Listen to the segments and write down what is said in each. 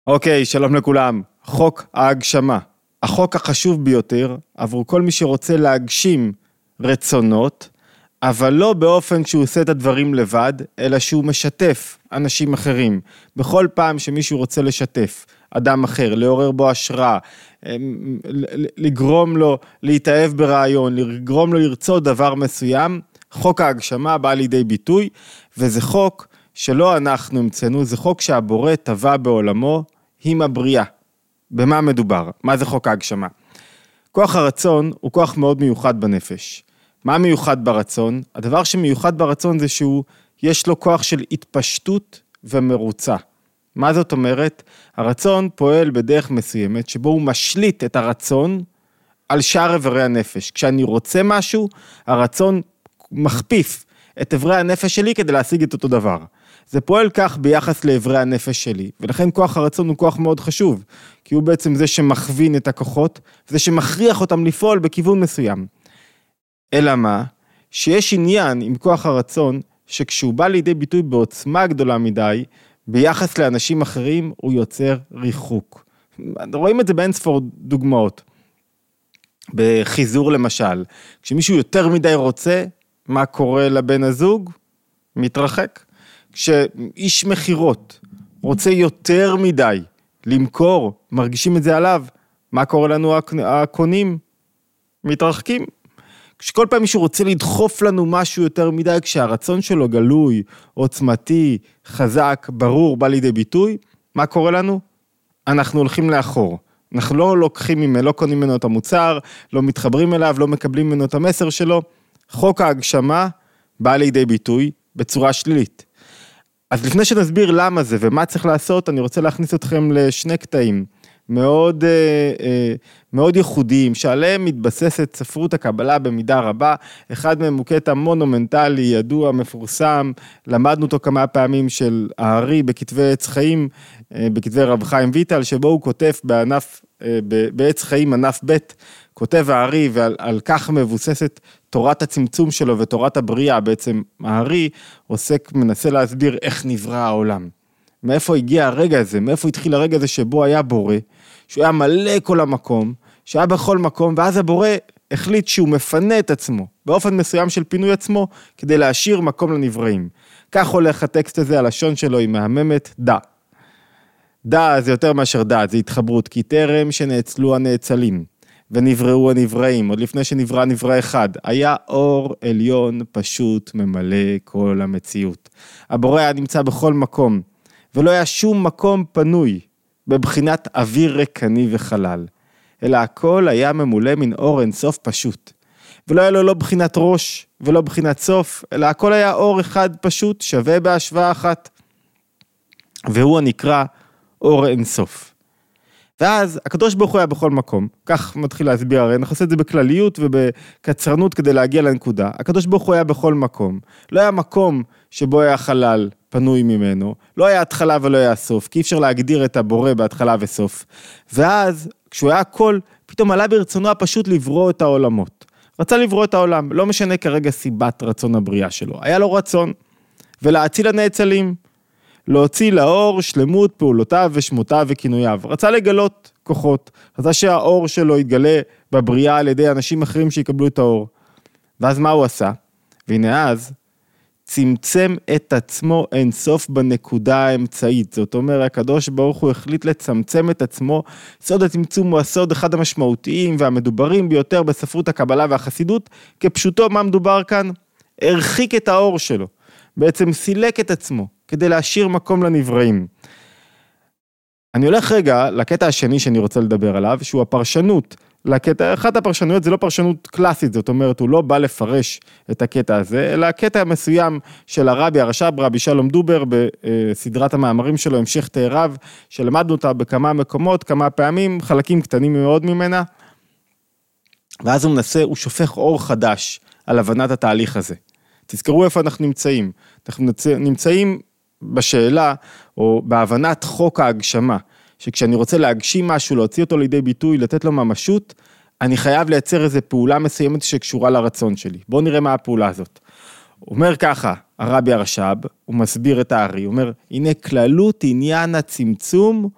אוקיי, שלום לכולם. חוק ההגשמה. החוק החשוב ביותר עבור כל מי שרוצה להגשים רצונות, אבל לא באופן שהוא עושה את הדברים לבד, אלא שהוא משתף אנשים אחרים. בכל פעם שמישהו רוצה לשתף אדם אחר, לעורר בו השראה, לגרום לו להתאהב ברעיון, לגרום לו לרצות דבר מסוים, חוק ההגשמה בא לידי ביטוי, וזה חוק שלא אנחנו המצאנו, זה חוק שהבורא טבע בעולמו עם הבריאה. במה מדובר? מה זה חוק ההגשמה? כוח הרצון הוא כוח מאוד מיוחד בנפש. מה מיוחד ברצון? הדבר שמיוחד ברצון זה שהוא, יש לו כוח של התפשטות ומרוצה. מה זאת אומרת? הרצון פועל בדרך מסוימת, שבו הוא משליט את הרצון על שאר איברי הנפש. כשאני רוצה משהו, הרצון מכפיף את איברי הנפש שלי כדי להשיג את אותו דבר. זה פועל כך ביחס לאיברי הנפש שלי, ולכן כוח הרצון הוא כוח מאוד חשוב, כי הוא בעצם זה שמכווין את הכוחות, וזה שמכריח אותם לפעול בכיוון מסוים. אלא מה? שיש עניין עם כוח הרצון, שכשהוא בא לידי ביטוי בעוצמה גדולה מדי, ביחס לאנשים אחרים הוא יוצר ריחוק. רואים את זה באין ספור דוגמאות. בחיזור למשל, כשמישהו יותר מדי רוצה, מה קורה לבן הזוג? מתרחק. כשאיש מחירות רוצה יותר מדי למכור, מרגישים את זה עליו, מה קורה לנו הקונים? מתרחקים. כשכל פעם מישהו רוצה לדחוף לנו משהו יותר מדי, כשהרצון שלו גלוי, עוצמתי, חזק, ברור, בא לידי ביטוי, מה קורה לנו? אנחנו הולכים לאחור. אנחנו לא לוקחים ממנו, לא קונים ממנו את המוצר, לא מתחברים אליו, לא מקבלים ממנו את המסר שלו. חוק ההגשמה בא לידי ביטוי בצורה שלילית. אז לפני שנסביר למה זה ומה צריך לעשות, אני רוצה להכניס אתכם לשני קטעים מאוד, מאוד ייחודיים, שעליהם מתבססת ספרות הקבלה במידה רבה. אחד מהם הוא קטע מונומנטלי, ידוע, מפורסם, למדנו אותו כמה פעמים של הארי בכתבי עץ חיים, בכתבי רב חיים ויטל, שבו הוא כותב בעץ חיים ענף ב', כותב הארי, ועל כך מבוססת תורת הצמצום שלו ותורת הבריאה. בעצם הארי מנסה להסביר איך נברא העולם. מאיפה הגיע הרגע הזה, מאיפה התחיל הרגע הזה שבו היה בורא, שהוא היה מלא כל המקום, שהיה בכל מקום, ואז הבורא החליט שהוא מפנה את עצמו, באופן מסוים של פינוי עצמו, כדי להשאיר מקום לנבראים. כך הולך הטקסט הזה, הלשון שלו היא מהממת, דע. דע זה יותר מאשר דע, זה התחברות, כי טרם שנאצלו הנאצלים, ונבראו הנבראים, עוד לפני שנברא נברא אחד, היה אור עליון פשוט ממלא כל המציאות. הבורא היה נמצא בכל מקום, ולא היה שום מקום פנוי, בבחינת אוויר ריקני וחלל, אלא הכל היה ממולא מן אור אינסוף פשוט, ולא היה לו לא בחינת ראש, ולא בחינת סוף, אלא הכל היה אור אחד פשוט, שווה בהשוואה אחת, והוא הנקרא אור אינסוף. ואז הקדוש ברוך הוא היה בכל מקום, כך מתחיל להסביר, הרי אנחנו עושים את זה בכלליות ובקצרנות כדי להגיע לנקודה. הקדוש ברוך הוא היה בכל מקום, לא היה מקום שבו היה חלל פנוי ממנו, לא היה התחלה ולא היה סוף, כי אי אפשר להגדיר את הבורא בהתחלה וסוף. ואז כשהוא היה הכל, פתאום עלה ברצונו הפשוט לברוא את העולמות. רצה לברוא את העולם, לא משנה כרגע סיבת רצון הבריאה שלו, היה לו רצון, ולהציל הנאצלים, להוציא לאור שלמות פעולותיו ושמותיו וכינוייו. רצה לגלות כוחות, רצה שהאור שלו יתגלה בבריאה על ידי אנשים אחרים שיקבלו את האור. ואז מה הוא עשה? והנה אז, צמצם את עצמו אינסוף בנקודה האמצעית. זאת אומרת, הקדוש ברוך הוא החליט לצמצם את עצמו. סוד הצמצום הוא הסוד אחד המשמעותיים והמדוברים ביותר בספרות הקבלה והחסידות. כפשוטו מה מדובר כאן? הרחיק את האור שלו. בעצם סילק את עצמו, כדי להשאיר מקום לנבראים. אני הולך רגע לקטע השני שאני רוצה לדבר עליו, שהוא הפרשנות לקטע. אחת הפרשנויות זה לא פרשנות קלאסית, זאת אומרת, הוא לא בא לפרש את הקטע הזה, אלא הקטע המסוים של הרבי הרש"ב, רבי שלום דובר, בסדרת המאמרים שלו, המשך תאריו, שלמדנו אותה בכמה מקומות, כמה פעמים, חלקים קטנים מאוד ממנה, ואז הוא שופך אור חדש על הבנת התהליך הזה. תזכרו איפה אנחנו נמצאים. אנחנו נמצאים בשאלה, או בהבנת חוק ההגשמה, שכשאני רוצה להגשים משהו, להוציא אותו לידי ביטוי, לתת לו ממשות, אני חייב לייצר איזו פעולה מסוימת שקשורה לרצון שלי. בואו נראה מה הפעולה הזאת. הוא אומר ככה, הרבי הרש"ב, הוא מסביר את הארי, הוא אומר, הנה כללות עניין הצמצום,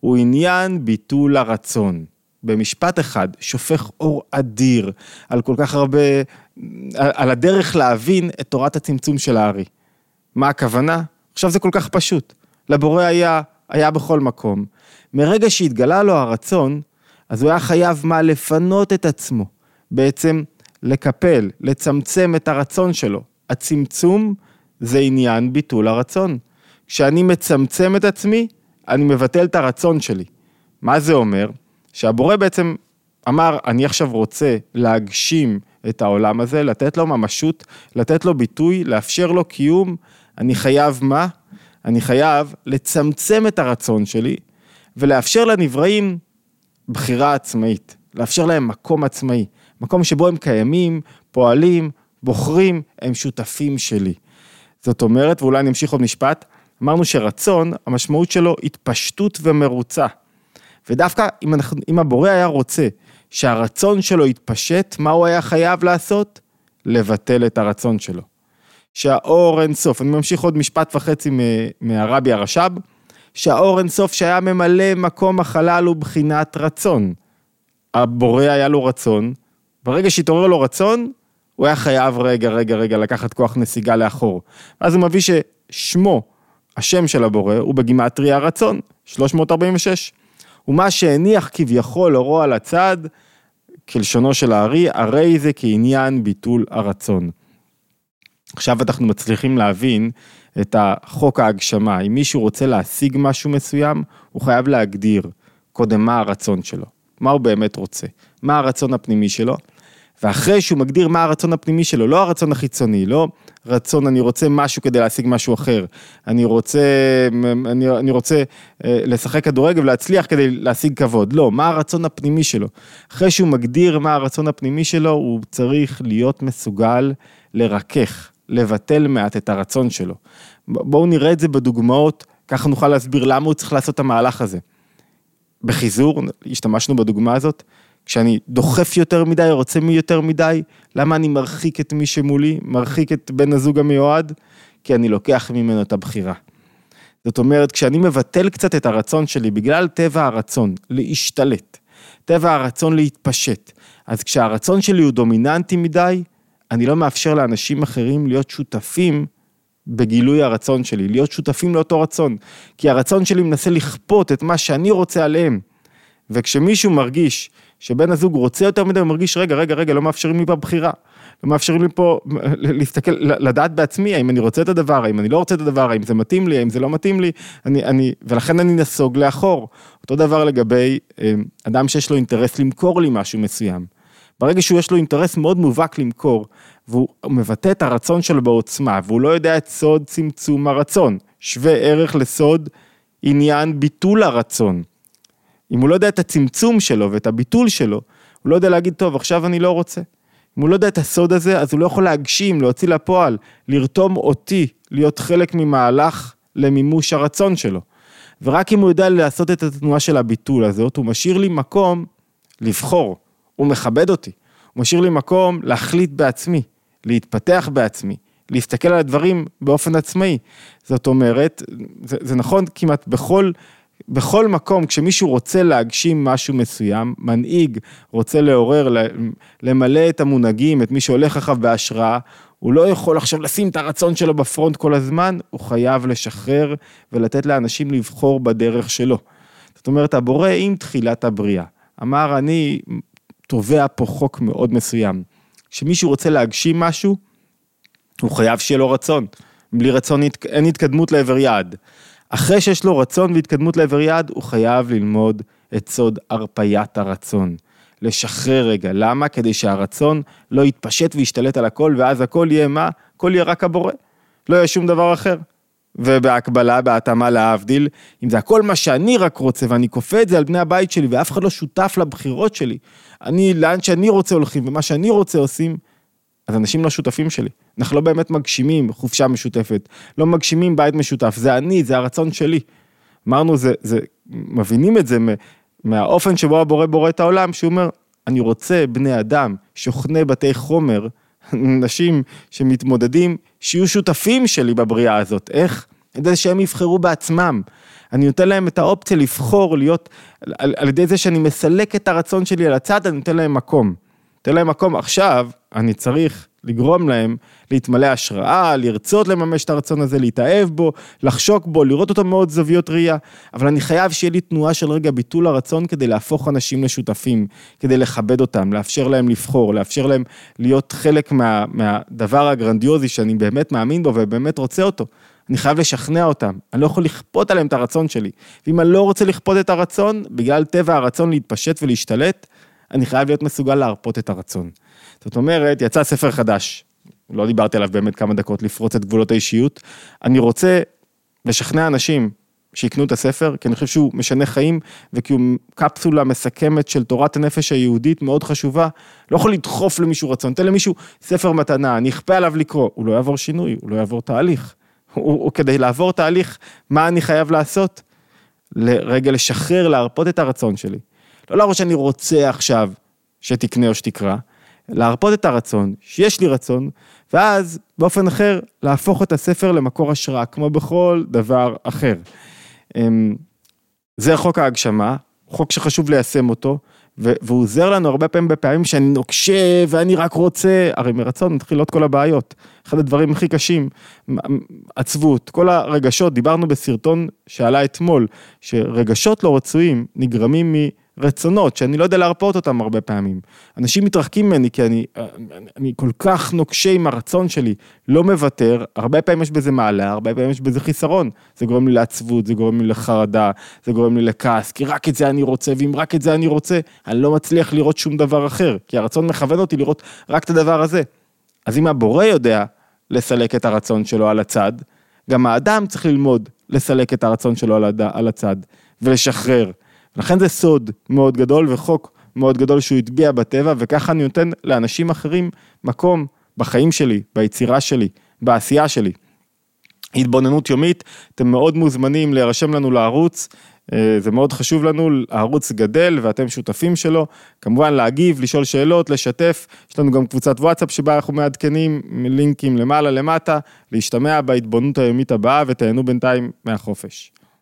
הוא עניין ביטול הרצון. במשפט אחד, שופך אור אדיר על כל כך הרבה, על הדרך להבין את תורת הצמצום של הארי. מה הכוונה? עכשיו זה כל כך פשוט. לבורא היה בכל מקום. מרגע שהתגלה לו הרצון, אז הוא היה חייב מה? לפנות את עצמו. בעצם לקפל, לצמצם את הרצון שלו. הצמצום זה עניין ביטול הרצון. כשאני מצמצם את עצמי, אני מבטל את הרצון שלי. מה זה אומר? שהבורא בעצם אמר, אני עכשיו רוצה להגשים את העולם הזה, לתת לו ממשות, לתת לו ביטוי, לאפשר לו קיום. אני חייב מה? אני חייב לצמצם את הרצון שלי, ולאפשר לנבראים בחירה עצמאית, לאפשר להם מקום עצמאי, מקום שבו הם קיימים, פועלים, בוחרים, הם שותפים שלי. זאת אומרת, ואולי נמשיך עוד משפט, אמרנו שרצון, המשמעות שלו התפשטות ומרוצה. ודווקא אם הבורא היה רוצה שהרצון שלו יתפשט, מה הוא היה חייב לעשות? לבטל את הרצון שלו. שהאור אין סוף, אני ממשיך עוד משפט וחצי מהרבי הרש"ב, שהאור אין סוף שהיה ממלא מקום החלל הוא בחינת רצון. הבורא היה לו רצון, ברגע שהתעורר לו רצון, הוא היה חייב רגע לקחת כוח נסיגה לאחור. אז הוא מביא ששמו, השם של הבורא, הוא בגימטריה הרצון, 346. ומה שהניח כביכול אורו על הצד, כלשונו של הארי, הרי זה כעניין ביטול הרצון. עכשיו אנחנו מצליחים להבין את החוק ההגשמה. אם מישהו רוצה להשיג משהו מסוים, הוא חייב להגדיר קודם מה הרצון שלו, מה הוא באמת רוצה, מה הרצון הפנימי שלו, ואחרי שהוא מגדיר מה הרצון הפנימי שלו, לא הרצון החיצוני, לא רצון אני רוצה משהו כדי להשיג משהו אחר, אני רוצה לשחק כדורגל ולהצליח כדי להשיג כבוד, לא, מה הרצון הפנימי שלו, אחרי שהוא מגדיר מה הרצון הפנימי שלו, הוא צריך להיות מסוגל לרכך, לבטל מעט את הרצון שלו. בואו נראה את זה בדוגמאות, ככה נוכל להסביר למה הוא צריך לעשות את המהלך הזה. בחיזור, השתמשנו בדוגמה הזאת, כשאני דוחף יותר מדי, רוצה מי יותר מדי, למה אני מרחיק את מי שמולי, מרחיק את בן הזוג המיועד? כי אני לוקח ממנו את הבחירה. זאת אומרת, כשאני מבטל קצת את הרצון שלי, בגלל טבע הרצון להשתלט, טבע הרצון להתפשט, אז כשהרצון שלי הוא דומיננטי מדי, אני לא מאפשר לאנשים אחרים להיות שותפים בגילוי הרצון שלי, להיות שותפים לאותו רצון, כי הרצון שלי מנסה לכפות את מה שאני רוצה עליהם, וכשמישהו מרגיש שבן הזוג רוצה יותר מדי, הוא מרגיש, רגע, לא מאפשרים לי פה בחירה, לא מאפשרים לי פה להסתכל, לדעת בעצמי, האם אני רוצה את הדבר, האם אני לא רוצה את הדבר, האם זה מתאים לי, האם זה לא מתאים לי, ולכן אני נסוג לאחור. אותו דבר לגבי אדם שיש לו אינטרס למכור לי משהו מסוים. ברגע שהוא יש לו אינטרס מאוד מובהק למכור, והוא מבטא את הרצון שלו בעוצמה, והוא לא יודע את סוד צמצום הרצון, שווה ערך לסוד עניין ביטול הרצון. אם הוא לא יודע את הצמצום שלו ואת הביטול שלו, הוא לא יודע להגיד, טוב, עכשיו אני לא רוצה. אם הוא לא יודע את הסוד הזה, אז הוא לא יכול להגשים, להוציא לפועל, לרתום אותי, להיות חלק ממהלך למימוש הרצון שלו. ורק אם הוא יודע לעשות את התנועה של הביטול הזאת, הוא משאיר לי מקום לבחור. הוא מכבד אותי. הוא משאיר לי מקום להחליט בעצמי, להתפתח בעצמי, להסתכל על הדברים באופן עצמאי. זאת אומרת, זה נכון כמעט בכל מקום, כשמישהו רוצה להגשים משהו מסוים, מנהיג רוצה לעורר, למלא את המונהגים, את מי שהולך אחריו בהשראה, הוא לא יכול עכשיו לשים את הרצון שלו בפרונט כל הזמן, הוא חייב לשחרר ולתת לאנשים לבחור בדרך שלו. זאת אומרת, הבורא עם תחילת הבריאה, אמר אני תובע פה חוק מאוד מסוים. כשמישהו רוצה להגשים משהו, הוא חייב שיהיה לו רצון. בלי רצון אין התקדמות לעבר יעד. אחרי שיש לו רצון והתקדמות לעבר יעד, הוא חייב ללמוד את סוד הרפיית הרצון. לשחרר רגע. למה? כדי שהרצון לא יתפשט וישתלט על הכל, ואז הכל יהיה מה? הכל יהיה רק הבורא. לא יהיה שום דבר אחר. ובהקבלה, בהתאמה להבדיל, אם זה הכל מה שאני רק רוצה, ואני כופה את זה על בני הבית שלי, ואף אחד לא שותף לבחירות שלי, לאן שאני רוצה הולכים, ומה שאני רוצה עושים, אז אנשים לא שותפים שלי. אנחנו לא באמת מגשימים חופשה משותפת, לא מגשימים בית משותף, זה אני, זה הרצון שלי. אמרנו, מבינים את זה מהאופן שבו הבורא בורא את העולם, שהוא אומר, אני רוצה בני אדם, שוכני בתי חומר, נשים שמתמודדים, שיהיו שותפים שלי בבריאה הזאת. איך? כדי שהם יבחרו בעצמם. אני נותן להם את האופציה לבחור, להיות, על ידי זה שאני מסלק את הרצון שלי על הצד, אני נותן להם מקום. נותן להם מקום, עכשיו אני צריך לגרום להם להתמלא השראה, לרצות לממש את הרצון הזה, להתאהב בו, לחשוק בו, לראות אותו מאוד זוויות ראייה, אבל אני חייב שיהיה לי תנועה של רגע ביטול הרצון, כדי להפוך אנשים לשותפים, כדי לכבד אותם, לאפשר להם לבחור, לאפשר להם להיות חלק מהדבר הגרנדיוזי, שאני באמת מאמין בו, ובאמת רוצה אותו. אני חייב לשכנע אותם, אני לא יכול לכפות עליהם את הרצון שלי, ואם אני לא רוצה לכפות את הרצון, בגלל טבע הרצון להתפשט ולהשתלט, אני חייב להיות מסוגל להרפות את הרצון. זאת אומרת, יצא ספר חדש, לא דיברתי עליו באמת כמה דקות, לפרוץ את גבולות האישיות, אני רוצה לשכנע אנשים שיקנו את הספר, כי אני חושב שהוא משנה חיים, וכי הוא קפסולה מסכמת של תורת הנפש היהודית, מאוד חשובה, לא יכול לדחוף למישהו רצון, תן למישהו ספר מתנה, אני אכפה עליו לקרוא, הוא לא יעבור שינוי, הוא לא יעבור תהליך, הוא כדי לעבור תהליך, מה אני חייב לעשות? לרגע לשחרר, להרפות את הרצון שלי. לא להראות שאני רוצה עכשיו שתקנה או שתקרא, להרפות את הרצון, שיש לי רצון, ואז באופן אחר להפוך את הספר למקור השראה, כמו בכל דבר אחר. זה חוק ההגשמה, חוק שחשוב ליישם אותו, והוא עוזר לנו הרבה פעמים בפעמים שאני נוקשה ואני רק רוצה, הרי מרצון מתחילות כל הבעיות. אחד הדברים הכי קשים, עצבות, כל הרגשות, דיברנו בסרטון שעלה אתמול, שרגשות לא רצויים נגרמים מרצונות, שאני לא יודע להרפות אותם הרבה פעמים. אנשים מתרחקים ממני כי אני כל כך נוקשה עם הרצון שלי, לא מוותר, הרבה פעמים יש בזה מעלה, הרבה פעמים יש בזה חיסרון. זה גורם לי לעצבות, זה גורם לי לחרדה, זה גורם לי לכעס, כי רק את זה אני רוצה, ואם רק את זה אני רוצה, אני לא מצליח לראות שום דבר אחר, כי הרצון מכוון אותי לראות רק את הדבר הזה. אז אם הבורא יודע לסלק את הרצון שלו על הצד, גם האדם צריך ללמוד לסלק את הרצון שלו על הצד, ולשחרר. לכן זה סוד מאוד גדול וחוק מאוד גדול שהוא יטביע בטבע, וככה אני נותן לאנשים אחרים מקום בחיים שלי, ביצירה שלי, בעשייה שלי. התבוננות יומית, אתם מאוד מוזמנים להירשם לנו לערוץ, זה מאוד חשוב לנו, הערוץ גדל ואתם שותפים שלו, כמובן להגיב, לשאול שאלות, לשתף, יש לנו גם קבוצת וואטסאפ שבה אנחנו מעדכנים, לינקים למעלה למטה, להשתמע בהתבוננות היומית הבאה ותהנו בינתיים מהחופש.